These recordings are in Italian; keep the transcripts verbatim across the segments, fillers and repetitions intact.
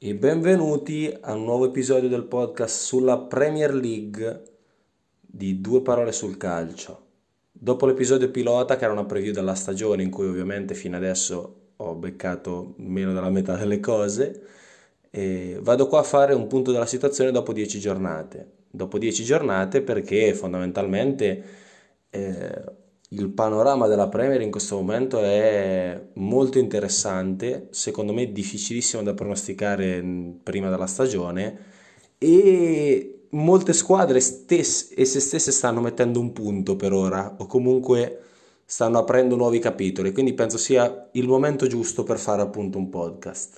E benvenuti a un nuovo episodio del podcast sulla Premier League di Due parole sul calcio. Dopo l'episodio pilota, che era una preview della stagione in cui ovviamente fino adesso ho beccato meno della metà delle cose, e vado qua a fare un punto della situazione dopo dieci giornate. Dopo dieci giornate perché fondamentalmente eh, il panorama della Premier in questo momento è molto interessante, secondo me difficilissimo da pronosticare mh, prima della stagione, e molte squadre stesse, e se stesse stanno mettendo un punto per ora o comunque stanno aprendo nuovi capitoli, quindi penso sia il momento giusto per fare appunto un podcast.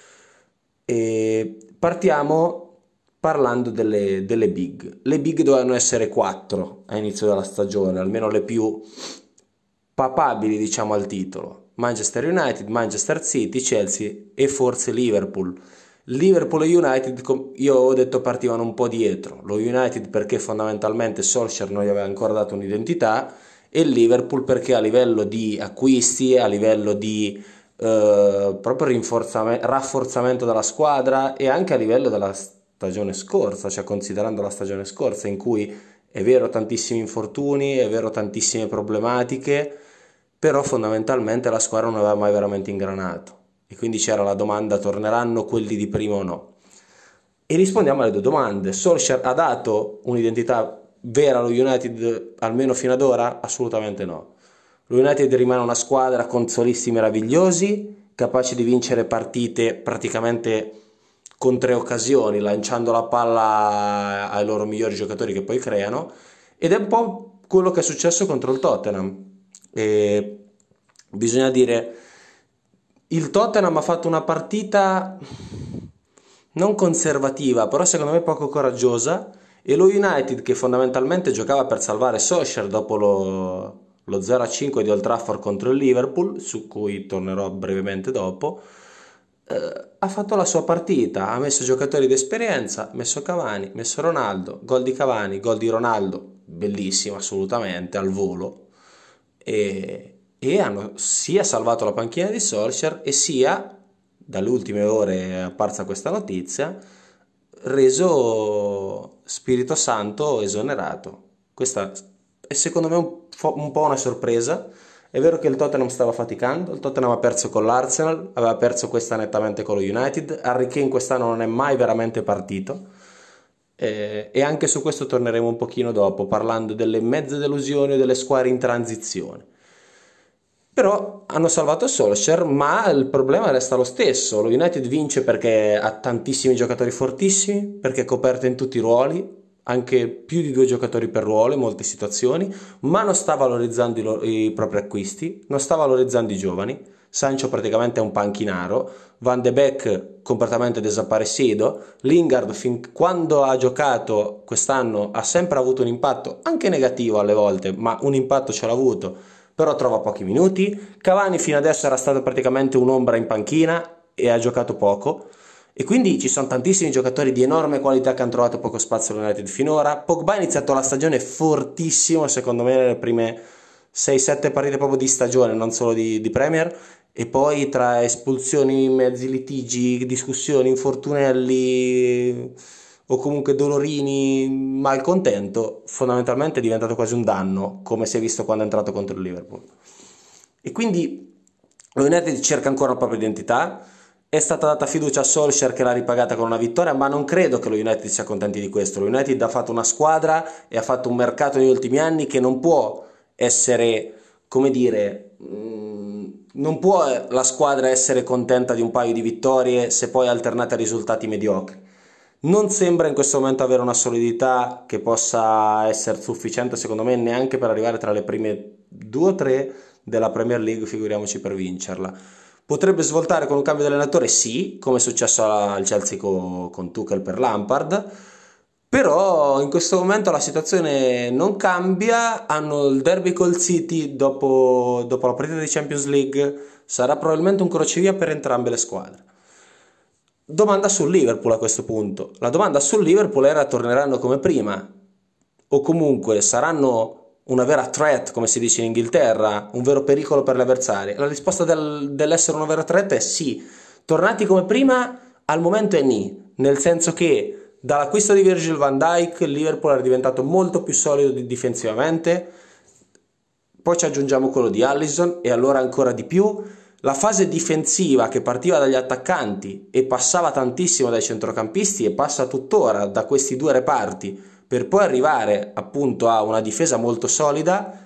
E partiamo parlando delle, delle big. Le big dovevano essere quattro a inizio della stagione, almeno le più papabili, diciamo, al titolo. Manchester United, Manchester City, Chelsea e forse Liverpool. Liverpool e United, io ho detto, partivano un po' dietro. Lo United perché fondamentalmente Solskjaer non gli aveva ancora dato un'identità, e il Liverpool perché a livello di acquisti, a livello di eh, proprio rinforzamento, rafforzamento della squadra, e anche a livello della stagione scorsa, cioè considerando la stagione scorsa in cui è vero tantissimi infortuni, è vero tantissime problematiche, però fondamentalmente la squadra non aveva mai veramente ingranato. E quindi c'era la domanda: torneranno quelli di prima o no? E rispondiamo alle due domande. Solskjaer ha dato un'identità vera allo United almeno fino ad ora? Assolutamente no. Lo United rimane una squadra con solisti meravigliosi, capaci di vincere partite praticamente con tre occasioni, lanciando la palla ai loro migliori giocatori che poi creano, ed è un po' quello che è successo contro il Tottenham. E bisogna dire, il Tottenham ha fatto una partita non conservativa, però secondo me poco coraggiosa, e lo United, che fondamentalmente giocava per salvare Solskjaer dopo lo, lo zero a cinque di Old Trafford contro il Liverpool, su cui tornerò brevemente dopo, eh, ha fatto la sua partita, ha messo giocatori d'esperienza, ha messo Cavani, ha messo Ronaldo, gol di Cavani, gol di Ronaldo, bellissimo assolutamente, al volo, e, e hanno sia salvato la panchina di Solskjaer e sia, dalle ultime ore è apparsa questa notizia, reso Spirito Santo esonerato. Questa è secondo me un, fo- un po' una sorpresa. È vero che il Tottenham stava faticando, il Tottenham ha perso con l'Arsenal, aveva perso questa nettamente con lo United, Harry Kane quest'anno non è mai veramente partito, eh, e anche su questo torneremo un pochino dopo, parlando delle mezze delusioni o delle squadre in transizione. Però hanno salvato Solskjaer, ma il problema resta lo stesso. Lo United vince perché ha tantissimi giocatori fortissimi, perché è coperto in tutti i ruoli, anche più di due giocatori per ruolo in molte situazioni, ma non sta valorizzando i, lo- i propri acquisti, non sta valorizzando i giovani. Sancho praticamente è un panchinaro, Van de Beek completamente desaparecido, Lingard fin quando ha giocato quest'anno ha sempre avuto un impatto, anche negativo alle volte, ma un impatto ce l'ha avuto, però trova pochi minuti. Cavani fino adesso era stato praticamente un'ombra in panchina e ha giocato poco, e quindi ci sono tantissimi giocatori di enorme qualità che hanno trovato poco spazio all'United finora. Pogba ha iniziato la stagione fortissimo, secondo me nelle prime sei sette partite proprio di stagione, non solo di, di Premier, e poi tra espulsioni, mezzi litigi, discussioni, infortunelli o comunque dolorini, malcontento, fondamentalmente è diventato quasi un danno, come si è visto quando è entrato contro il Liverpool. E quindi lo United cerca ancora la propria identità. È stata data fiducia a Solskjaer, che l'ha ripagata con una vittoria, ma non credo che lo United sia contenti di questo. Lo United ha fatto una squadra e ha fatto un mercato negli ultimi anni che non può essere, come dire, mh, non può la squadra essere contenta di un paio di vittorie se poi alternate a risultati mediocri. Non sembra in questo momento avere una solidità che possa essere sufficiente, secondo me, neanche per arrivare tra le prime due o tre della Premier League, figuriamoci per vincerla. Potrebbe svoltare con un cambio di allenatore? Sì, come è successo al Chelsea con, con Tuchel per Lampard, però in questo momento la situazione non cambia. Hanno il derby col City dopo, dopo la partita di Champions League, sarà probabilmente un crocevia per entrambe le squadre. Domanda sul Liverpool a questo punto. La domanda sul Liverpool era: torneranno come prima? O comunque saranno una vera threat, come si dice in Inghilterra, un vero pericolo per gli avversari? La risposta del- dell'essere una vera threat è sì. Tornati come prima, Al momento è nì, nel senso che dall'acquisto di Virgil van Dijk il Liverpool era diventato molto più solido difensivamente, poi ci aggiungiamo quello di Alisson e allora ancora di più. La fase difensiva che partiva dagli attaccanti e passava tantissimo dai centrocampisti e passa tuttora da questi due reparti per poi arrivare appunto a una difesa molto solida,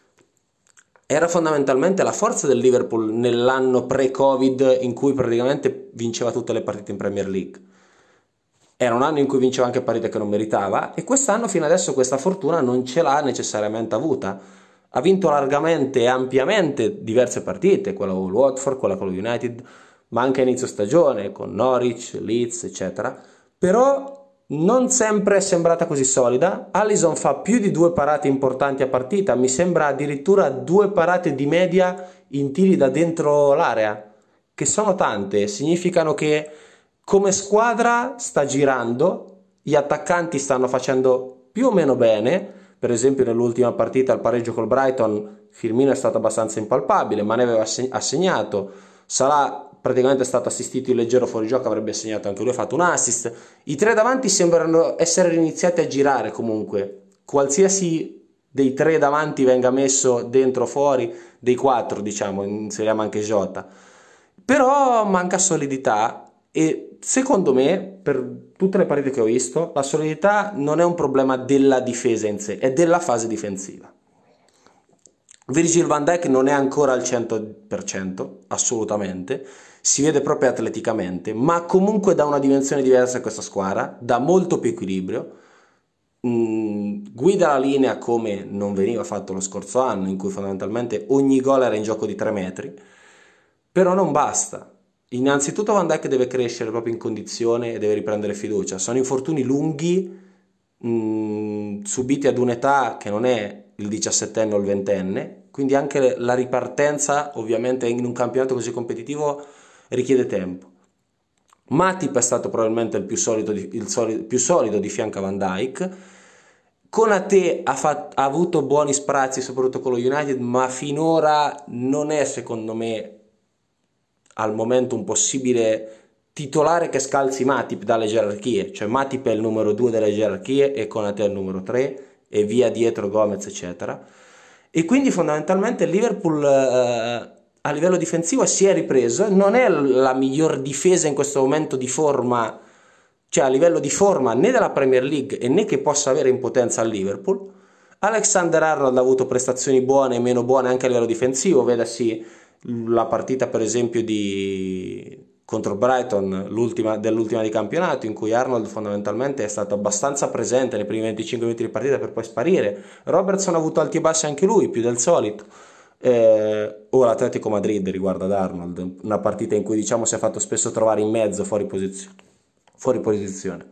era fondamentalmente la forza del Liverpool nell'anno pre-Covid in cui praticamente vinceva tutte le partite in Premier League. Era un anno in cui vinceva anche partite che non meritava e quest'anno fino adesso questa fortuna non ce l'ha necessariamente avuta. Ha vinto largamente e ampiamente diverse partite, quella con il Watford, quella con lo United, ma anche a inizio stagione con Norwich, Leeds, eccetera. Però non sempre è sembrata così solida. Alisson fa più di due parate importanti a partita, mi sembra addirittura due parate di media in tiri da dentro l'area, che sono tante, significano che come squadra sta girando, gli attaccanti stanno facendo più o meno bene. Per esempio nell'ultima partita al pareggio col Brighton Firmino è stato abbastanza impalpabile, ma ne aveva assegnato. Salah praticamente è stato assistito in leggero fuorigioco, avrebbe segnato anche lui, ha fatto un assist. I tre davanti sembrano essere iniziati a girare comunque, qualsiasi dei tre davanti venga messo dentro o fuori, dei quattro diciamo, inseriamo anche Jota, però manca solidità. E secondo me, per tutte le partite che ho visto, la solidità non è un problema della difesa in sé, è della fase difensiva. Virgil van Dijk non è ancora al cento per cento, assolutamente, si vede proprio atleticamente, ma comunque dà una dimensione diversa a questa squadra, dà molto più equilibrio, mm, guida la linea come non veniva fatto lo scorso anno, in cui fondamentalmente ogni gol era in gioco di tre metri, però non basta. Innanzitutto Van Dijk deve crescere proprio in condizione e deve riprendere fiducia. Sono infortuni lunghi, mh, subiti ad un'età che non è il diciassettenne o il ventenne, quindi anche la ripartenza ovviamente in un campionato così competitivo richiede tempo. Matip è stato probabilmente il più solido di, il solido, più solido di fianco a Van Dijk. Konate ha, fat, ha avuto buoni sprazzi soprattutto con lo United, ma finora non è secondo me al momento un possibile titolare che scalzi Matip dalle gerarchie, cioè Matip è il numero due delle gerarchie e Konate è il numero tre e via dietro Gomez eccetera, e quindi fondamentalmente il Liverpool eh, a livello difensivo si è ripreso, non è la miglior difesa in questo momento di forma, cioè a livello di forma né della Premier League e né che possa avere in potenza al Liverpool. Alexander-Arnold ha avuto prestazioni buone e meno buone anche a livello difensivo, vedasi la partita per esempio di contro Brighton, l'ultima, dell'ultima di campionato, in cui Arnold fondamentalmente è stato abbastanza presente nei primi venticinque minuti di partita per poi sparire. Robertson ha avuto alti e bassi anche lui, più del solito. Eh, o l'Atletico Madrid riguardo ad Arnold, una partita in cui diciamo si è fatto spesso trovare in mezzo, fuori posizione. Fuori posizione.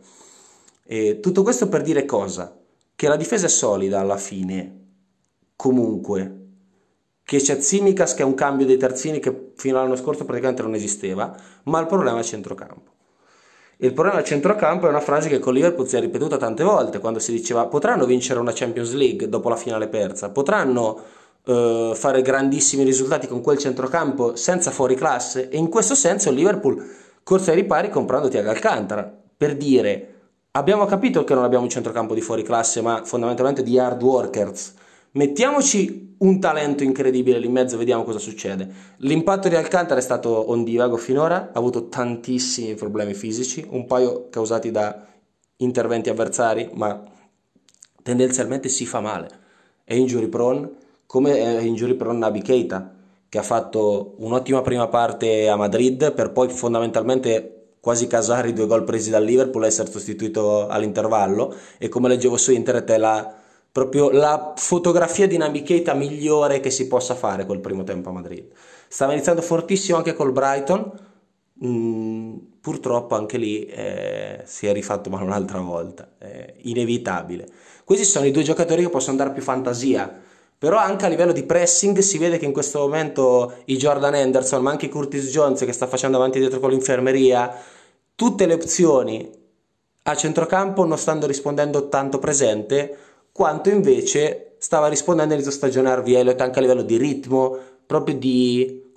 E tutto questo per dire cosa? Che la difesa è solida alla fine, comunque, che c'è Tsimikas che è un cambio dei terzini che fino all'anno scorso praticamente non esisteva, ma il problema è il centrocampo. Il problema del centrocampo è una frase che con Liverpool si è ripetuta tante volte, quando si diceva potranno vincere una Champions League dopo la finale persa, potranno eh, fare grandissimi risultati con quel centrocampo senza fuori classe, e in questo senso il Liverpool corse ai ripari comprando Thiago Alcantara, per dire abbiamo capito che non abbiamo un centrocampo di fuori classe ma fondamentalmente di hard workers, mettiamoci un talento incredibile lì in mezzo e vediamo cosa succede. L'impatto di Alcantara è stato ondivago finora, ha avuto tantissimi problemi fisici, un paio causati da interventi avversari, ma tendenzialmente si fa male, è injury prone, come è injury prone Naby Keita, che ha fatto un'ottima prima parte a Madrid per poi fondamentalmente quasi casare i due gol presi dal Liverpool e essere sostituito all'intervallo, e come leggevo su internet è la proprio la fotografia di Naby Keita migliore che si possa fare quel primo tempo a Madrid. Stava iniziando fortissimo anche col Brighton, mm, purtroppo anche lì eh, si è rifatto male un'altra volta, è inevitabile. Questi sono i due giocatori che possono dare più fantasia, però anche a livello di pressing si vede che in questo momento i Jordan Henderson, ma anche Curtis Jones che sta facendo avanti e dietro con l'infermeria, tutte le opzioni a centrocampo non stanno rispondendo tanto presente quanto invece stava rispondendo all'inizio stagione Harvey Elliott, anche a livello di ritmo, proprio di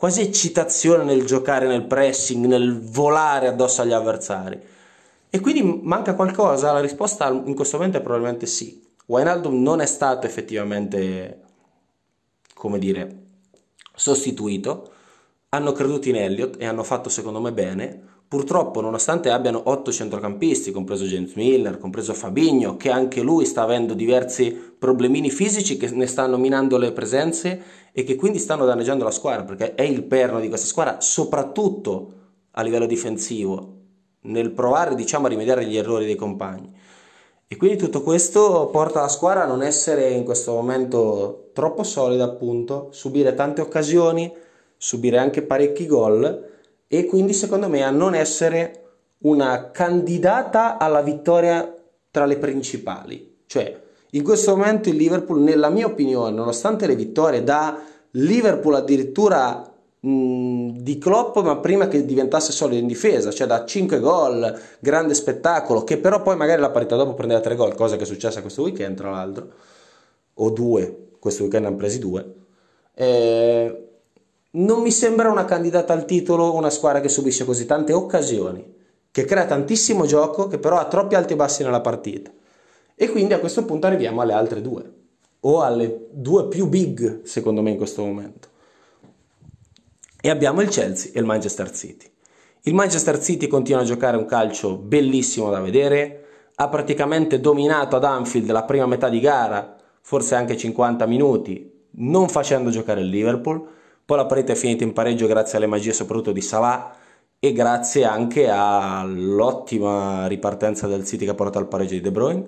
quasi eccitazione nel giocare nel pressing, nel volare addosso agli avversari. E quindi manca qualcosa? La risposta in questo momento è probabilmente sì. Wijnaldum non è stato effettivamente, come dire, sostituito. Hanno creduto in Elliott e hanno fatto secondo me bene. Purtroppo, nonostante abbiano otto centrocampisti, compreso James Milner, compreso Fabinho, che anche lui sta avendo diversi problemini fisici che ne stanno minando le presenze e che quindi stanno danneggiando la squadra, perché è il perno di questa squadra, soprattutto a livello difensivo, nel provare, diciamo, a rimediare agli errori dei compagni. E quindi tutto questo porta la squadra a non essere in questo momento troppo solida, appunto, subire tante occasioni, subire anche parecchi gol e quindi secondo me a non essere una candidata alla vittoria tra le principali. Cioè, in questo momento il Liverpool, nella mia opinione, nonostante le vittorie, da Liverpool addirittura mh, di Klopp, ma prima che diventasse solido in difesa, cioè da cinque gol, grande spettacolo, che però poi magari la partita dopo prendeva tre gol, cosa che è successa questo weekend tra l'altro, o due, questo weekend hanno presi due. Eh, non mi sembra una candidata al titolo una squadra che subisce così tante occasioni, che crea tantissimo gioco, che però ha troppi alti e bassi nella partita. E quindi a questo punto arriviamo alle altre due, o alle due più big secondo me in questo momento. E abbiamo il Chelsea e il Manchester City. Il Manchester City continua a giocare un calcio bellissimo da vedere, ha praticamente dominato ad Anfield la prima metà di gara, forse anche cinquanta minuti, non facendo giocare il Liverpool. Poi la partita è finita in pareggio grazie alle magie soprattutto di Salah e grazie anche all'ottima ripartenza del City che ha portato al pareggio di De Bruyne.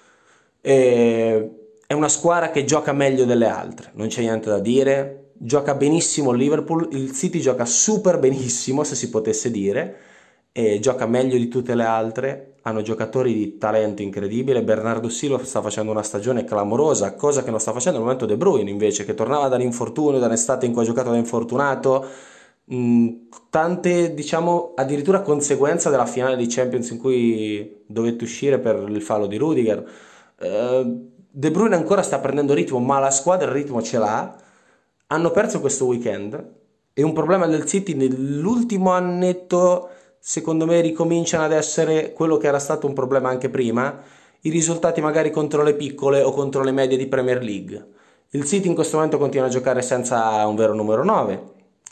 E è una squadra che gioca meglio delle altre, non c'è niente da dire, gioca benissimo il Liverpool, il City gioca super benissimo se si potesse dire, e gioca meglio di tutte le altre, hanno giocatori di talento incredibile. Bernardo Silva sta facendo una stagione clamorosa, cosa che non sta facendo al momento De Bruyne invece, che tornava dall'infortunio, da un'estate in cui ha giocato da infortunato, mh, tante diciamo addirittura conseguenza della finale di Champions in cui dovette uscire per il fallo di Rudiger. Uh, De Bruyne ancora sta prendendo ritmo, ma la squadra il ritmo ce l'ha. Hanno perso questo weekend e un problema del City nell'ultimo annetto secondo me ricominciano ad essere quello che era stato un problema anche prima, i risultati magari contro le piccole o contro le medie di Premier League. Il City in questo momento continua a giocare senza un vero numero nove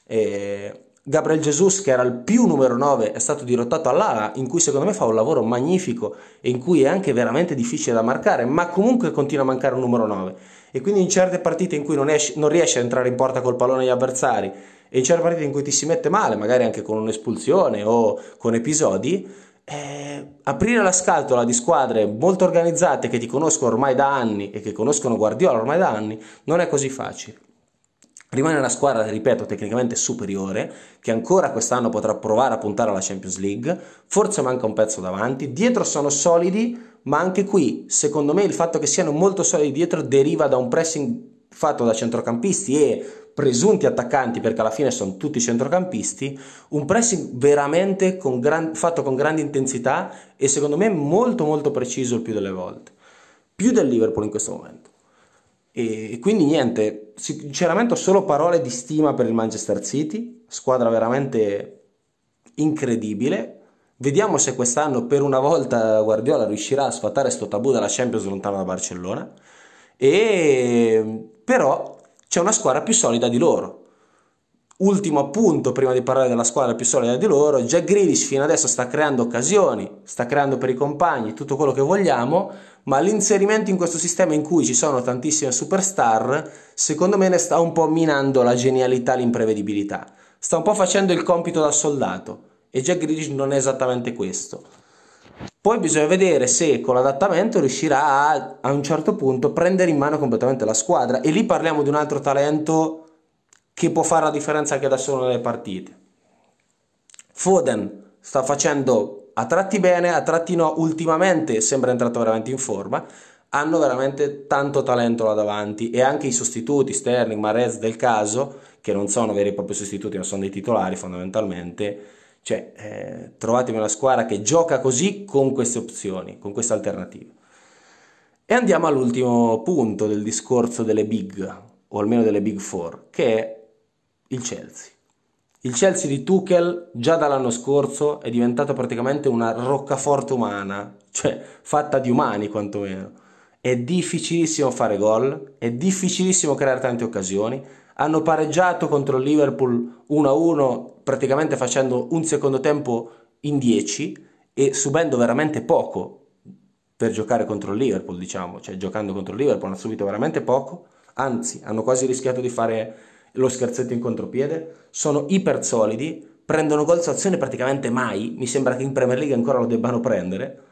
e Gabriel Jesus, che era il più numero nove, è stato dirottato all'ala, in cui secondo me fa un lavoro magnifico e in cui è anche veramente difficile da marcare, ma comunque continua a mancare un numero nove. E quindi in certe partite in cui non, esce, non riesce a entrare in porta col pallone agli avversari e in certe partite in cui ti si mette male, magari anche con un'espulsione o con episodi, eh, aprire la scatola di squadre molto organizzate che ti conoscono ormai da anni e che conoscono Guardiola ormai da anni non è così facile. Rimane una squadra, ripeto, tecnicamente superiore, che ancora quest'anno potrà provare a puntare alla Champions League, forse manca un pezzo davanti, dietro sono solidi, ma anche qui, secondo me, il fatto che siano molto solidi dietro deriva da un pressing fatto da centrocampisti e presunti attaccanti, perché alla fine sono tutti centrocampisti, un pressing veramente con gran, fatto con grande intensità e secondo me molto molto preciso il più delle volte, più del Liverpool in questo momento. E quindi niente, sinceramente ho solo parole di stima per il Manchester City, squadra veramente incredibile. Vediamo se quest'anno per una volta Guardiola riuscirà a sfatare sto tabù della Champions lontano da Barcellona. E però c'è una squadra più solida di loro. Ultimo appunto prima di parlare della squadra più solida di loro: Jack Grealish fino adesso sta creando occasioni, sta creando per i compagni tutto quello che vogliamo, ma l'inserimento in questo sistema in cui ci sono tantissime superstar secondo me ne sta un po' minando la genialità, l'imprevedibilità, sta un po' facendo il compito da soldato e Jack Grealish non è esattamente questo. Poi bisogna vedere se con l'adattamento riuscirà a, a un certo punto prendere in mano completamente la squadra, e lì parliamo di un altro talento che può fare la differenza anche da solo nelle partite. Foden sta facendo a tratti bene, a tratti no, ultimamente sembra entrato veramente in forma, hanno veramente tanto talento là davanti, e anche i sostituti, Sterling, Mahrez del caso, che non sono veri e propri sostituti ma sono dei titolari fondamentalmente, cioè eh, trovatemi una squadra che gioca così con queste opzioni, con queste alternative. E andiamo all'ultimo punto del discorso delle big, o almeno delle big four, che è il Chelsea. Il Chelsea di Tuchel già dall'anno scorso è diventato praticamente una roccaforte umana, cioè fatta di umani quantomeno. È difficilissimo fare gol, è difficilissimo creare tante occasioni. Hanno pareggiato contro il Liverpool uno a uno, praticamente facendo un secondo tempo in dieci e subendo veramente poco per giocare contro il Liverpool, diciamo, cioè giocando contro il Liverpool hanno subito veramente poco, anzi hanno quasi rischiato di fare lo scherzetto in contropiede, sono iper solidi, prendono gol su azione praticamente mai, mi sembra che in Premier League ancora lo debbano prendere,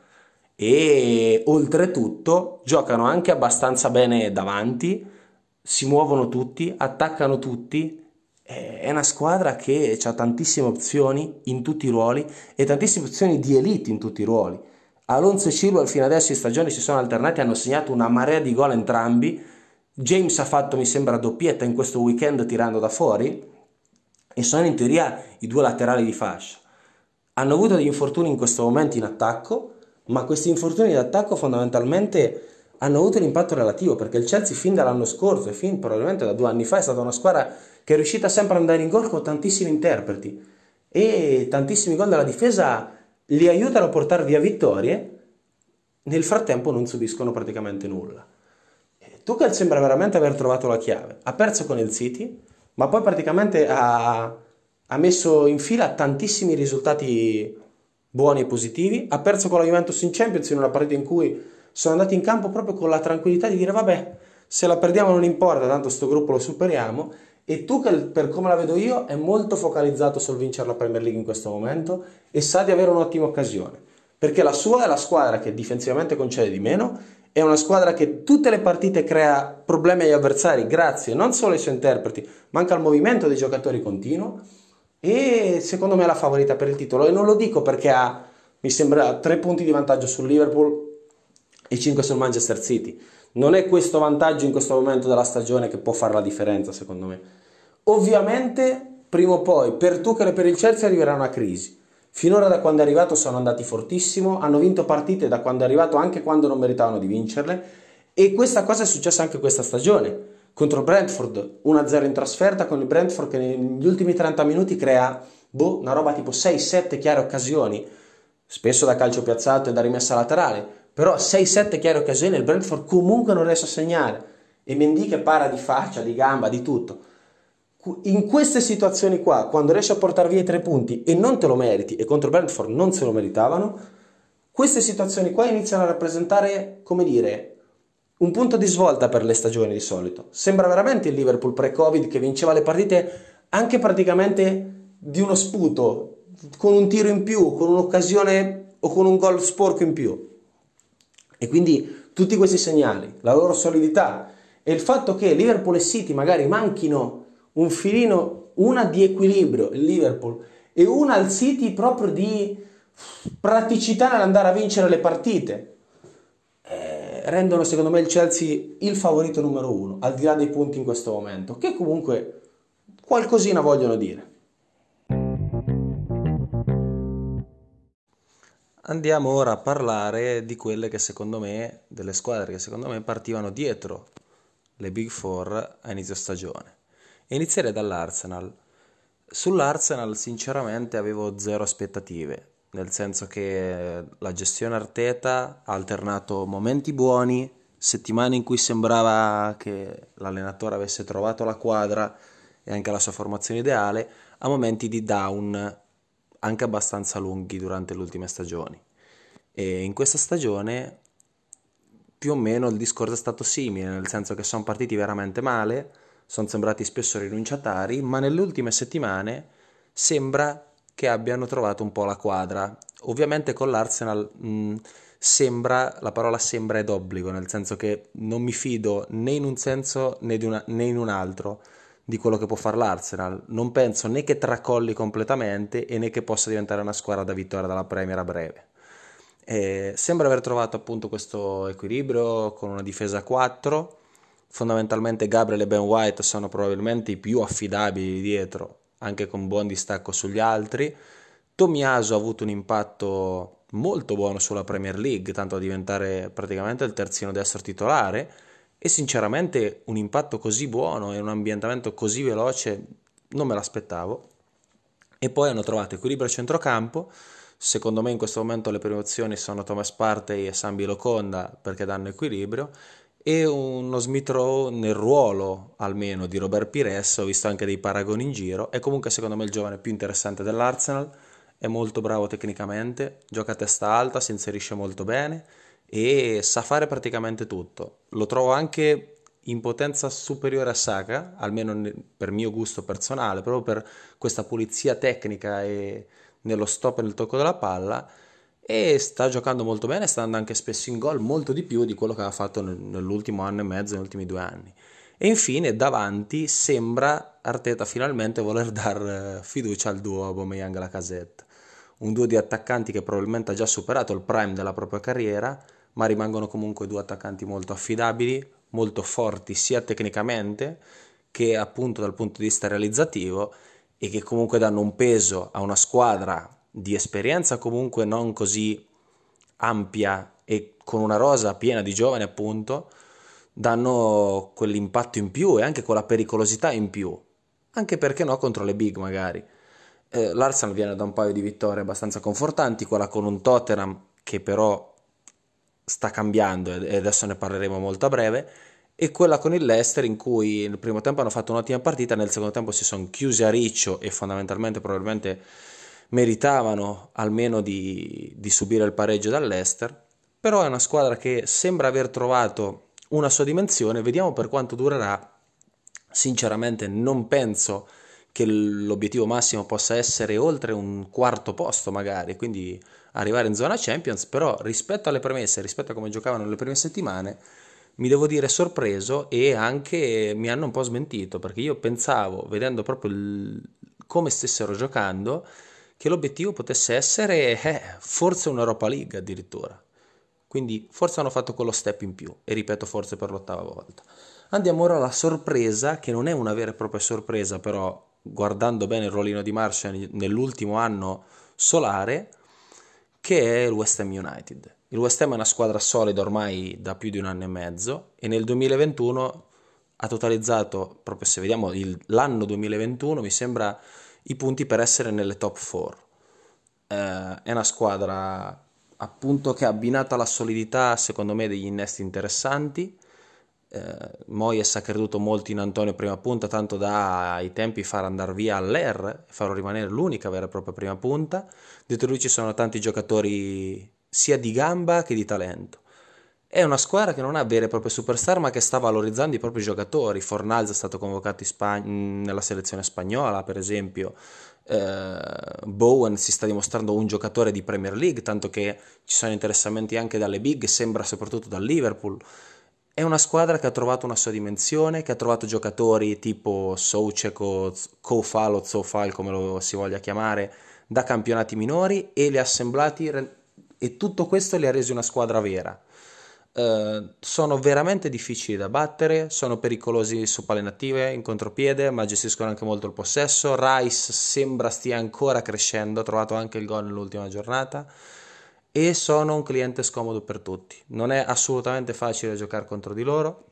e oltretutto giocano anche abbastanza bene davanti, si muovono tutti, attaccano tutti, è una squadra che ha tantissime opzioni in tutti i ruoli e tantissime opzioni di elite in tutti i ruoli. Alonso e Chilwell fino adesso in stagione si sono alternati, hanno segnato una marea di gol entrambi. James ha fatto, mi sembra, doppietta in questo weekend tirando da fuori e sono in teoria i due laterali di fascia. Hanno avuto degli infortuni in questo momento in attacco, ma questi infortuni di attacco fondamentalmente hanno avuto un impatto relativo, perché il Chelsea fin dall'anno scorso e fin probabilmente da due anni fa è stata una squadra che è riuscita sempre ad andare in gol con tantissimi interpreti e tantissimi gol della difesa li aiutano a portare via vittorie, nel frattempo non subiscono praticamente nulla. Tuchel sembra veramente aver trovato la chiave, ha perso con il City, ma poi praticamente ha, ha messo in fila tantissimi risultati buoni e positivi, ha perso con la Juventus in Champions in una partita in cui sono andati in campo proprio con la tranquillità di dire vabbè, se la perdiamo non importa, tanto sto gruppo lo superiamo, e Tuchel, per come la vedo io, è molto focalizzato sul vincere la Premier League in questo momento e sa di avere un'ottima occasione, perché la sua è la squadra che difensivamente concede di meno, è una squadra che tutte le partite crea problemi agli avversari grazie non solo ai suoi interpreti, ma anche al movimento dei giocatori continuo, e secondo me è la favorita per il titolo, e non lo dico perché ha, mi sembra, tre punti di vantaggio sul Liverpool e cinque sul Manchester City. Non è questo vantaggio in questo momento della stagione che può fare la differenza, secondo me. Ovviamente, prima o poi, per Tuchel e per il Chelsea arriverà una crisi. Finora da quando è arrivato sono andati fortissimo, hanno vinto partite da quando è arrivato anche quando non meritavano di vincerle, e questa cosa è successa anche questa stagione. Contro Brentford uno a zero in trasferta, con il Brentford che negli ultimi trenta minuti crea boh, una roba tipo sei sette chiare occasioni, spesso da calcio piazzato e da rimessa laterale, però sei sette chiare occasioni il Brentford comunque non riesce a segnare, e Mendy che para di faccia, di gamba, di tutto. In queste situazioni qua, quando riesci a portare via i tre punti e non te lo meriti, e contro Brentford non se lo meritavano, queste situazioni qua iniziano a rappresentare, come dire, un punto di svolta per le stagioni di solito. Sembra veramente il Liverpool pre-Covid che vinceva le partite anche praticamente di uno sputo, con un tiro in più, con un'occasione o con un gol sporco in più. E quindi tutti questi segnali, la loro solidità e il fatto che Liverpool e City magari manchino un filino, una di equilibrio, il Liverpool, e una al City proprio di praticità nell'andare a vincere le partite, eh, rendono secondo me il Chelsea il favorito numero uno, al di là dei punti in questo momento, che comunque qualcosina vogliono dire. Andiamo ora a parlare di quelle che secondo me, delle squadre che secondo me partivano dietro le Big Four a inizio stagione. E inizierei dall'Arsenal. Sull'Arsenal sinceramente avevo zero aspettative, nel senso che la gestione Arteta ha alternato momenti buoni, settimane in cui sembrava che l'allenatore avesse trovato la quadra e anche la sua formazione ideale, a momenti di down anche abbastanza lunghi durante le ultime stagioni. E in questa stagione più o meno il discorso è stato simile, nel senso che sono partiti veramente male, sono sembrati spesso rinunciatari, ma nelle ultime settimane sembra che abbiano trovato un po' la quadra. Ovviamente con l'Arsenal mh, sembra, la parola sembra è d'obbligo, nel senso che non mi fido né in un senso né, di una, né in un altro di quello che può fare l'Arsenal. Non penso né che tracolli completamente e né che possa diventare una squadra da vittoria dalla Premier a breve. Eh, sembra aver trovato appunto questo equilibrio con una difesa a quattro. Fondamentalmente Gabriel e Ben White sono probabilmente i più affidabili dietro, anche con buon distacco sugli altri. Tomiyasu ha avuto un impatto molto buono sulla Premier League, tanto da diventare praticamente il terzino destro titolare, e sinceramente un impatto così buono e un ambientamento così veloce non me l'aspettavo. E poi hanno trovato equilibrio a centrocampo. Secondo me in questo momento le prime opzioni sono Thomas Partey e Sambi Lokonda perché danno equilibrio, e uno Smith Rowe nel ruolo almeno di Robert Pires. Ho visto anche dei paragoni in giro. È comunque secondo me il giovane più interessante dell'Arsenal, è molto bravo tecnicamente, gioca a testa alta, si inserisce molto bene e sa fare praticamente tutto. Lo trovo anche in potenza superiore a Saka, almeno ne- per mio gusto personale, proprio per questa pulizia tecnica e nello stop e nel tocco della palla, e sta giocando molto bene, sta andando anche spesso in gol, molto di più di quello che aveva fatto nel- nell'ultimo anno e mezzo, negli ultimi due anni. E infine davanti sembra Arteta finalmente voler dar eh, fiducia al duo Aubameyang-Lacazette, un duo di attaccanti che probabilmente ha già superato il prime della propria carriera, ma rimangono comunque due attaccanti molto affidabili, molto forti sia tecnicamente che appunto dal punto di vista realizzativo, e che comunque danno un peso a una squadra di esperienza comunque non così ampia e con una rosa piena di giovani appunto, danno quell'impatto in più e anche quella pericolosità in più, anche perché no contro le big magari. Eh, L'Arsenal viene da un paio di vittorie abbastanza confortanti, quella con un Tottenham che però sta cambiando e adesso ne parleremo molto a breve, e quella con il Leicester in cui nel primo tempo hanno fatto un'ottima partita, nel secondo tempo si sono chiusi a riccio e fondamentalmente probabilmente meritavano almeno di, di subire il pareggio dall'Leicester. Però è una squadra che sembra aver trovato una sua dimensione, vediamo per quanto durerà. Sinceramente non penso che l'obiettivo massimo possa essere oltre un quarto posto magari, quindi arrivare in zona Champions, però rispetto alle premesse, rispetto a come giocavano le prime settimane, mi devo dire sorpreso, e anche mi hanno un po' smentito, perché io pensavo, vedendo proprio il- come stessero giocando, che l'obiettivo potesse essere eh, forse un'Europa League addirittura. Quindi forse hanno fatto quello step in più, e ripeto forse per l'ottava volta. Andiamo ora alla sorpresa, che non è una vera e propria sorpresa, però guardando bene il ruolino di Martial nell'ultimo anno solare, che è il West Ham United. Il West Ham è una squadra solida ormai da più di un anno e mezzo, e nel duemilaventuno ha totalizzato, proprio se vediamo il- l'anno duemilaventuno, mi sembra i punti per essere nelle top quattro. Eh, è una squadra appunto che ha abbinato alla solidità, secondo me, degli innesti interessanti. Eh, Moyes ha creduto molto in Antonio prima punta, tanto da ai tempi far andare via Aller e farlo rimanere l'unica vera e propria prima punta. Dietro lui ci sono tanti giocatori sia di gamba che di talento. È una squadra che non ha vere e proprie superstar, ma che sta valorizzando i propri giocatori. Fornals è stato convocato in Spagn- nella selezione spagnola, per esempio. Eh, Bowen si sta dimostrando un giocatore di Premier League, tanto che ci sono interessamenti anche dalle big, sembra soprattutto dal Liverpool. È una squadra che ha trovato una sua dimensione, che ha trovato giocatori tipo Soucek o Z- Koufal o Zofal, come lo si voglia chiamare, da campionati minori, e li ha assemblati re- e tutto questo li ha resi una squadra vera. Eh, sono veramente difficili da battere, sono pericolosi su palle native, in contropiede, ma gestiscono anche molto il possesso. Rice sembra stia ancora crescendo, ha trovato anche il gol nell'ultima giornata, e sono un cliente scomodo per tutti. Non è assolutamente facile giocare contro di loro,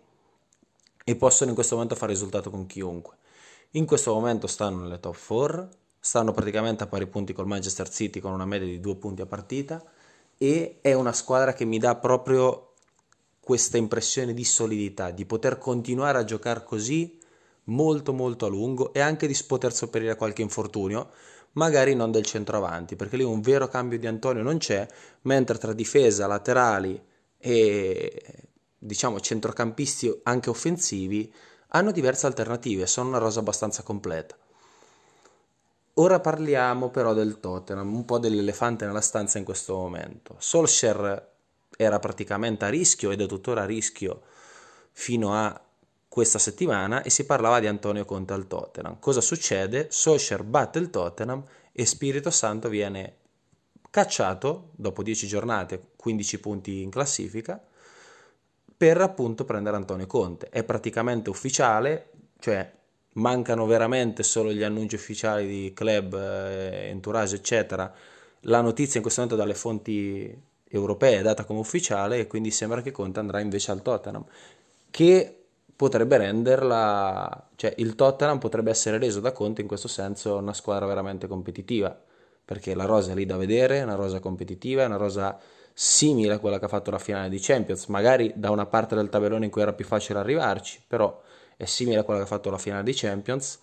e possono in questo momento fare risultato con chiunque. In questo momento stanno nelle top quattro, stanno praticamente a pari punti col Manchester City con una media di due punti a partita, e è una squadra che mi dà proprio questa impressione di solidità, di poter continuare a giocare così molto molto a lungo, e anche di poter sopperire a qualche infortunio, magari non del centroavanti, perché lì un vero cambio di Antonio non c'è, mentre tra difesa, laterali e diciamo centrocampisti anche offensivi hanno diverse alternative, sono una rosa abbastanza completa. Ora parliamo però del Tottenham, un po' dell'elefante nella stanza in questo momento. Solskjaer era praticamente a rischio ed è tuttora a rischio fino a questa settimana, e si parlava di Antonio Conte al Tottenham. Cosa succede? Solskjaer batte il Tottenham e Spirito Santo viene cacciato dopo dieci giornate, quindici punti in classifica, per appunto prendere Antonio Conte. È praticamente ufficiale, cioè mancano veramente solo gli annunci ufficiali di club, eh, entourage, eccetera. La notizia in questo momento dalle fonti europee è data come ufficiale, e quindi sembra che Conte andrà invece al Tottenham, che potrebbe renderla, cioè il Tottenham potrebbe essere reso da Conte in questo senso una squadra veramente competitiva, perché la rosa è lì da vedere, è una rosa competitiva, è una rosa simile a quella che ha fatto la finale di Champions, magari da una parte del tabellone in cui era più facile arrivarci, però è simile a quella che ha fatto la finale di Champions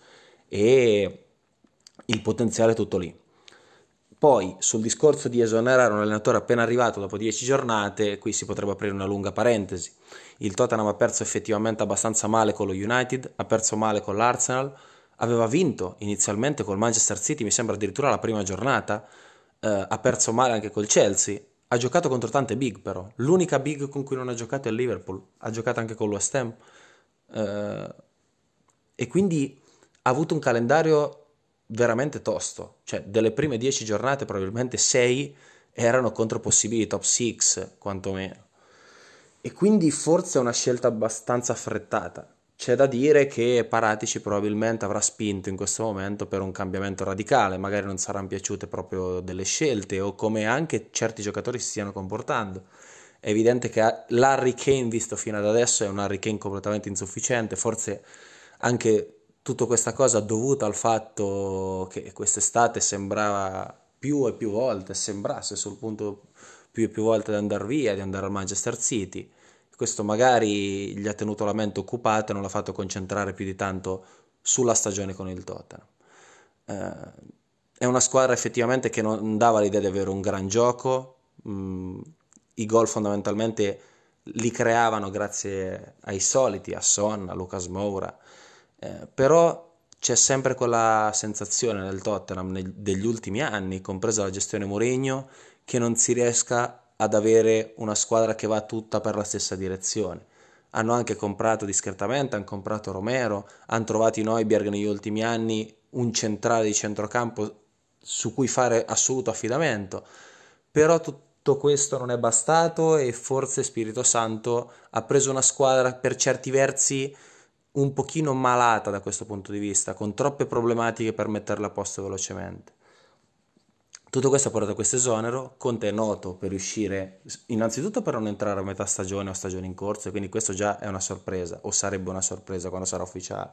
e il potenziale è tutto lì. Poi sul discorso di esonerare un allenatore appena arrivato dopo dieci giornate, qui si potrebbe aprire una lunga parentesi. Il Tottenham ha perso effettivamente abbastanza male con lo United, ha perso male con l'Arsenal, aveva vinto inizialmente col Manchester City, mi sembra addirittura la prima giornata, eh, ha perso male anche col Chelsea, ha giocato contro tante big però, l'unica big con cui non ha giocato è il Liverpool, ha giocato anche con l'West Ham, eh, e quindi ha avuto un calendario veramente tosto, cioè delle prime dieci giornate probabilmente sei erano contro possibili top sei quantomeno, e quindi forse è una scelta abbastanza affrettata. C'è da dire che Paratici probabilmente avrà spinto in questo momento per un cambiamento radicale, magari non saranno piaciute proprio delle scelte o come anche certi giocatori si stiano comportando. È evidente che l'Harry Kane visto fino ad adesso è un Harry Kane completamente insufficiente, forse anche tutta questa cosa dovuta al fatto che quest'estate sembrava più e più volte, sembrasse sul punto più e più volte di andare via, di andare al Manchester City. Questo magari gli ha tenuto la mente occupata e non l'ha fatto concentrare più di tanto sulla stagione con il Tottenham. Eh, è una squadra effettivamente che non dava l'idea di avere un gran gioco, mm, i gol fondamentalmente li creavano grazie ai soliti, a Son, a Lucas Moura, eh, però c'è sempre quella sensazione nel Tottenham neg- degli ultimi anni, compresa la gestione Mourinho, che non si riesca ad avere una squadra che va tutta per la stessa direzione. Hanno anche comprato discretamente, hanno comprato Romero, hanno trovato in Højbjerg negli ultimi anni un centrale di centrocampo su cui fare assoluto affidamento, però tutto questo non è bastato e forse Spirito Santo ha preso una squadra per certi versi un pochino malata da questo punto di vista, con troppe problematiche per metterla a posto velocemente. Tutto questo ha portato a questo esonero. Conte è noto per riuscire, innanzitutto per non entrare a metà stagione o stagione in corso, e quindi questo già è una sorpresa, o sarebbe una sorpresa quando sarà ufficiale.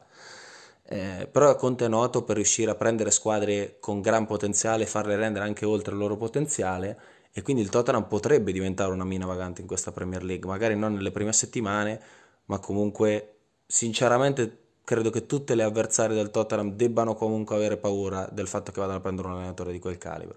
Eh, però Conte è noto per riuscire a prendere squadre con gran potenziale e farle rendere anche oltre il loro potenziale, e quindi il Tottenham potrebbe diventare una mina vagante in questa Premier League, magari non nelle prime settimane, ma comunque sinceramente credo che tutte le avversarie del Tottenham debbano comunque avere paura del fatto che vadano a prendere un allenatore di quel calibro.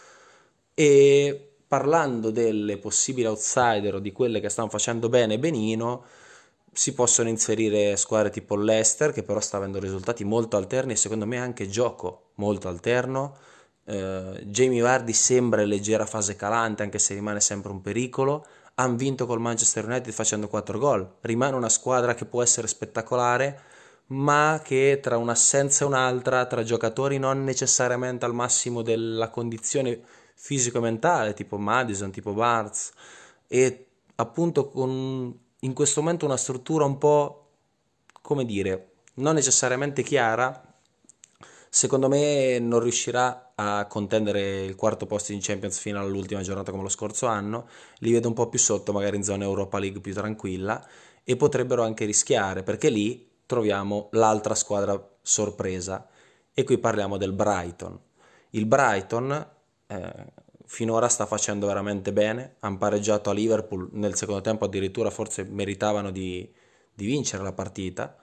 E parlando delle possibili outsider o di quelle che stanno facendo bene benino, si possono inserire squadre tipo l'Leicester, che però sta avendo risultati molto alterni e secondo me anche gioco molto alterno. Eh, Jamie Vardy sembra in leggera fase calante, anche se rimane sempre un pericolo. Han vinto col Manchester United facendo quattro gol. Rimane una squadra che può essere spettacolare, ma che tra un'assenza e un'altra, tra giocatori non necessariamente al massimo della condizione fisico-mentale, tipo Madison, tipo Barnes, e appunto con in questo momento una struttura un po', come dire, non necessariamente chiara, secondo me non riuscirà a contendere il quarto posto in Champions fino all'ultima giornata come lo scorso anno, li vedo un po' più sotto, magari in zona Europa League più tranquilla, e potrebbero anche rischiare, perché lì troviamo l'altra squadra sorpresa, e qui parliamo del Brighton. Il Brighton eh, finora sta facendo veramente bene, hanno pareggiato a Liverpool, nel secondo tempo addirittura forse meritavano di, di vincere la partita,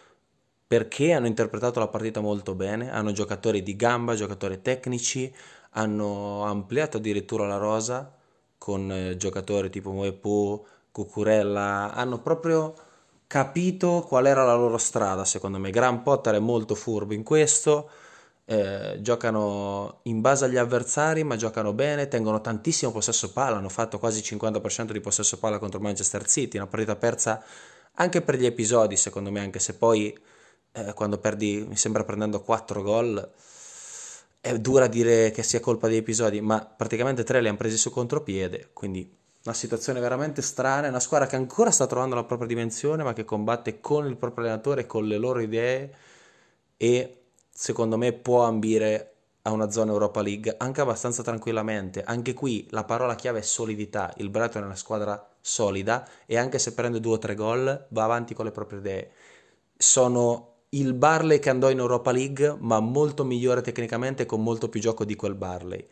perché hanno interpretato la partita molto bene, hanno giocatori di gamba, giocatori tecnici, hanno ampliato addirittura la rosa con eh, giocatori tipo Moepu, Cucurella, hanno proprio capito qual era la loro strada, secondo me. Graham Potter è molto furbo in questo, eh, giocano in base agli avversari, ma giocano bene, tengono tantissimo possesso palla, hanno fatto quasi il cinquanta per cento di possesso palla contro il Manchester City, una partita persa anche per gli episodi, secondo me, anche se poi eh, quando perdi, mi sembra prendendo quattro gol, è dura dire che sia colpa degli episodi, ma praticamente tre li hanno presi su contropiede, quindi una situazione veramente strana, è una squadra che ancora sta trovando la propria dimensione, ma che combatte con il proprio allenatore, con le loro idee, e secondo me può ambire a una zona Europa League anche abbastanza tranquillamente. Anche qui la parola chiave è solidità. Il Brighton è una squadra solida, e anche se prende due o tre gol va avanti con le proprie idee. Sono il Barley che andò in Europa League, ma molto migliore tecnicamente, con molto più gioco di quel Barley.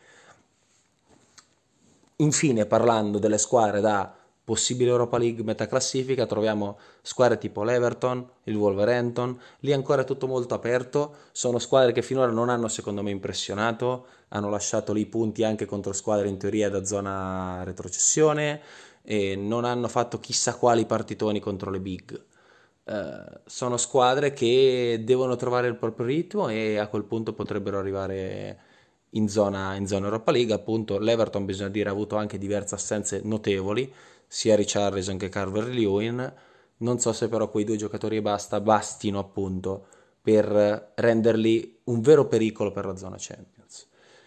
Infine, parlando delle squadre da possibile Europa League metà classifica, troviamo squadre tipo l'Everton, il Wolverhampton. Lì ancora è tutto molto aperto, sono squadre che finora non hanno secondo me impressionato, hanno lasciato lì punti anche contro squadre in teoria da zona retrocessione e non hanno fatto chissà quali partitoni contro le big. Eh, sono squadre che devono trovare il proprio ritmo e a quel punto potrebbero arrivare in zona, in zona Europa League. Appunto, l'Everton, bisogna dire, ha avuto anche diverse assenze notevoli, sia Richarlison che Calvert-Lewin. Non so se però quei due giocatori e basta bastino appunto per renderli un vero pericolo per la zona Champions.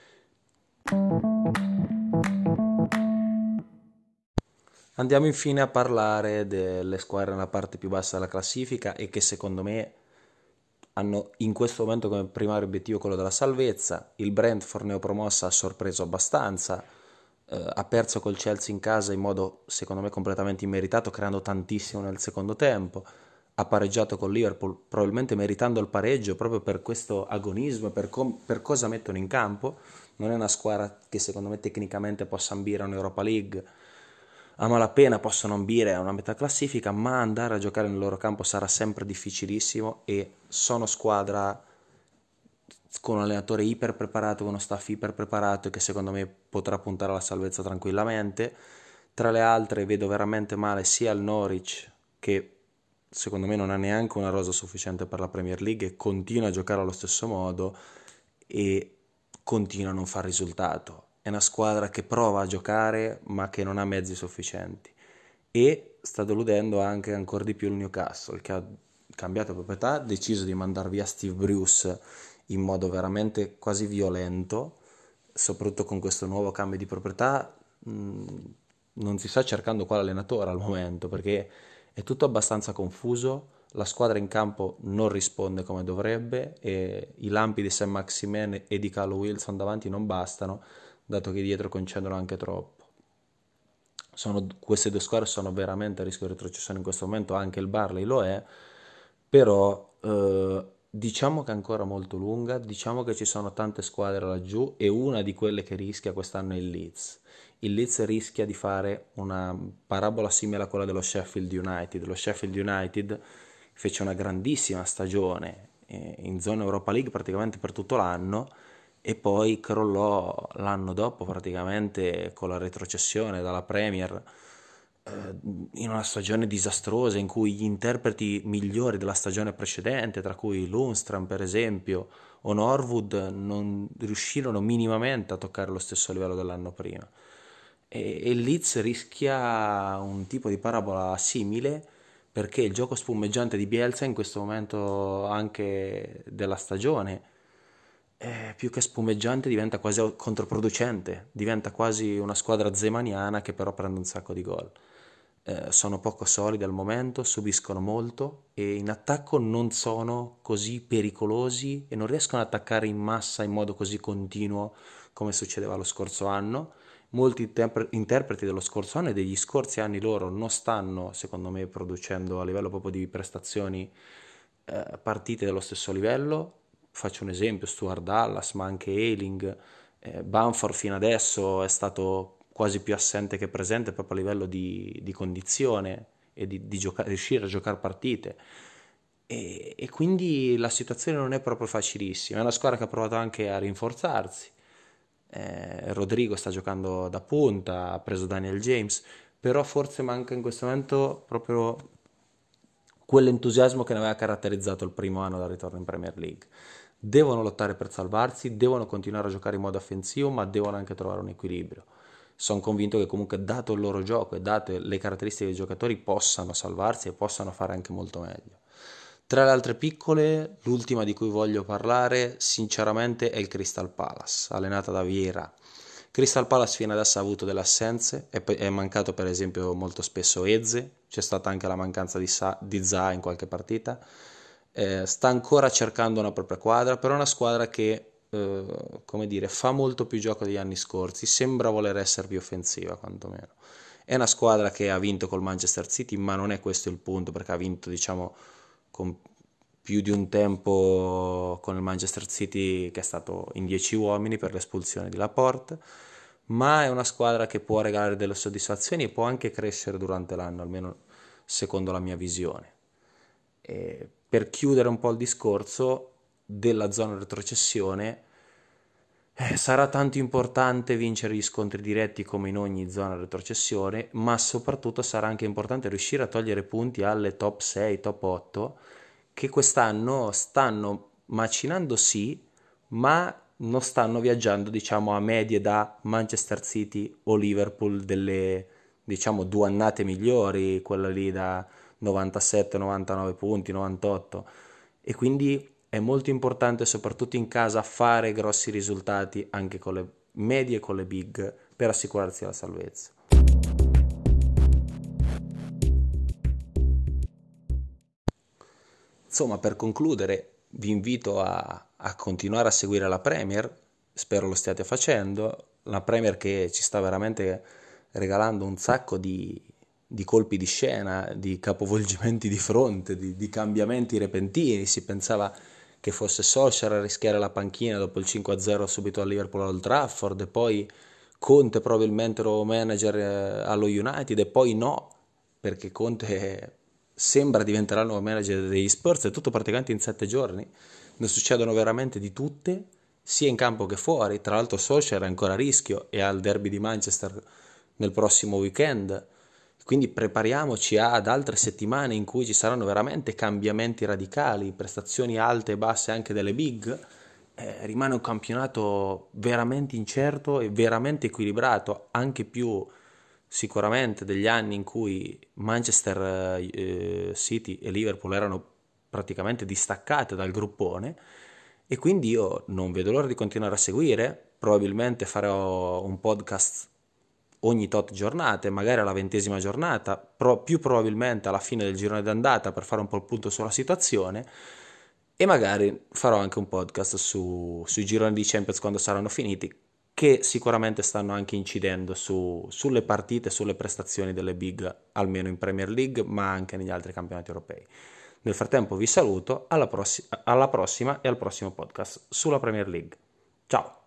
Andiamo infine a parlare delle squadre nella parte più bassa della classifica e che secondo me hanno in questo momento come primario obiettivo quello della salvezza. Il Brentford, neopromossa, ha sorpreso abbastanza, eh, ha perso col Chelsea in casa in modo secondo me completamente immeritato, creando tantissimo nel secondo tempo. Ha pareggiato con Liverpool, probabilmente meritando il pareggio proprio per questo agonismo, per, com- per cosa mettono in campo. Non è una squadra che secondo me tecnicamente possa ambire a un'Europa League, a malapena possono ambire a una metà classifica, ma andare a giocare nel loro campo sarà sempre difficilissimo e sono squadra con un allenatore iper preparato, con uno staff iper preparato e che secondo me potrà puntare alla salvezza tranquillamente. Tra le altre vedo veramente male sia il Norwich, che secondo me non ha neanche una rosa sufficiente per la Premier League e continua a giocare allo stesso modo e continua a non far risultato. È una squadra che prova a giocare ma che non ha mezzi sufficienti e sta deludendo anche ancora di più il Newcastle, che ha cambiato proprietà, ha deciso di mandare via Steve Bruce in modo veramente quasi violento, soprattutto con questo nuovo cambio di proprietà. Mh, non si sta cercando quale allenatore al momento perché è tutto abbastanza confuso, la squadra in campo non risponde come dovrebbe e i lampi di Saint Maximin e di Callum Wilson davanti non bastano, dato che dietro concedono anche troppo. Sono, queste due squadre sono veramente a rischio di retrocessione in questo momento, anche il Barley lo è, però eh, diciamo che è ancora molto lunga, diciamo che ci sono tante squadre laggiù e una di quelle che rischia quest'anno è il Leeds. Il Leeds rischia di fare una parabola simile a quella dello Sheffield United. Lo Sheffield United fece una grandissima stagione eh, in zona Europa League praticamente per tutto l'anno e poi crollò l'anno dopo praticamente con la retrocessione dalla Premier eh, in una stagione disastrosa in cui gli interpreti migliori della stagione precedente, tra cui Lundstram per esempio o Norwood, non riuscirono minimamente a toccare lo stesso livello dell'anno prima. E, e il Leeds rischia un tipo di parabola simile perché il gioco spumeggiante di Bielsa in questo momento anche della stagione eh, più che spumeggiante diventa quasi controproducente, diventa quasi una squadra zemaniana che però prende un sacco di gol. Eh, sono poco solidi al momento, subiscono molto e in attacco non sono così pericolosi e non riescono ad attaccare in massa in modo così continuo come succedeva lo scorso anno. Molti interpre- interpreti dello scorso anno e degli scorsi anni loro non stanno, secondo me, producendo a livello proprio di prestazioni eh, partite dello stesso livello. Faccio un esempio, Stuart Dallas, ma anche Ayling, eh, Bamford fino adesso è stato quasi più assente che presente proprio a livello di, di condizione e di, di gioca- riuscire a giocare partite. E, e quindi la situazione non è proprio facilissima. È una squadra che ha provato anche a rinforzarsi. Eh, Rodrigo sta giocando da punta, ha preso Daniel James, però forse manca in questo momento proprio quell'entusiasmo che ne aveva caratterizzato il primo anno dal ritorno in Premier League. Devono lottare per salvarsi, devono continuare a giocare in modo offensivo, ma devono anche trovare un equilibrio. Sono convinto che comunque, dato il loro gioco e date le caratteristiche dei giocatori, possano salvarsi e possano fare anche molto meglio. Tra le altre piccole, l'ultima di cui voglio parlare sinceramente è il Crystal Palace, allenata da Vieira. Crystal Palace fino adesso ha avuto delle assenze, è, è mancato per esempio molto spesso Eze, c'è stata anche la mancanza di, Sa, di Zaha in qualche partita, eh, sta ancora cercando una propria quadra, però è una squadra che eh, come dire, fa molto più gioco degli anni scorsi, sembra voler essere più offensiva quantomeno. È una squadra che ha vinto col Manchester City, ma non è questo il punto, perché ha vinto, diciamo, con più di un tempo con il Manchester City che è stato in dieci uomini per l'espulsione di Laporte, ma è una squadra che può regalare delle soddisfazioni e può anche crescere durante l'anno, almeno secondo la mia visione. E per chiudere un po' il discorso della zona retrocessione, eh, sarà tanto importante vincere gli scontri diretti come in ogni zona retrocessione, ma soprattutto sarà anche importante riuscire a togliere punti alle top sei, top otto, che quest'anno stanno macinando sì, ma non stanno viaggiando, diciamo, a medie da Manchester City o Liverpool delle, diciamo, due annate migliori, quella lì da novantasette novantanove punti, novantotto. E quindi è molto importante, soprattutto in casa, fare grossi risultati anche con le medie e con le big per assicurarsi la salvezza. Insomma, per concludere, vi invito a, a continuare a seguire la Premier, spero lo stiate facendo, la Premier che ci sta veramente regalando un sacco di, di colpi di scena, di capovolgimenti di fronte, di, di cambiamenti repentini. Si pensava che fosse Solskjaer a rischiare la panchina dopo il cinque a zero subito al Liverpool Old Trafford, e poi Conte probabilmente nuovo manager eh, allo United, e poi no, perché Conte sembra diventerà il nuovo manager degli Spurs, è tutto praticamente in sette giorni, ne succedono veramente di tutte, sia in campo che fuori. Tra l'altro Solskjaer è ancora a rischio e ha il derby di Manchester nel prossimo weekend, quindi prepariamoci ad altre settimane in cui ci saranno veramente cambiamenti radicali, prestazioni alte e basse anche delle big. Eh, rimane un campionato veramente incerto e veramente equilibrato, anche più sicuramente degli anni in cui Manchester eh, City e Liverpool erano praticamente distaccate dal gruppone, e quindi io non vedo l'ora di continuare a seguire. Probabilmente farò un podcast ogni tot giornate, magari alla ventesima giornata, pro- più probabilmente alla fine del girone d'andata per fare un po' il punto sulla situazione, e magari farò anche un podcast su, sui gironi di Champions quando saranno finiti, che sicuramente stanno anche incidendo su- sulle partite, sulle prestazioni delle big, almeno in Premier League, ma anche negli altri campionati europei. Nel frattempo vi saluto, alla, prossi- alla prossima e al prossimo podcast sulla Premier League. Ciao!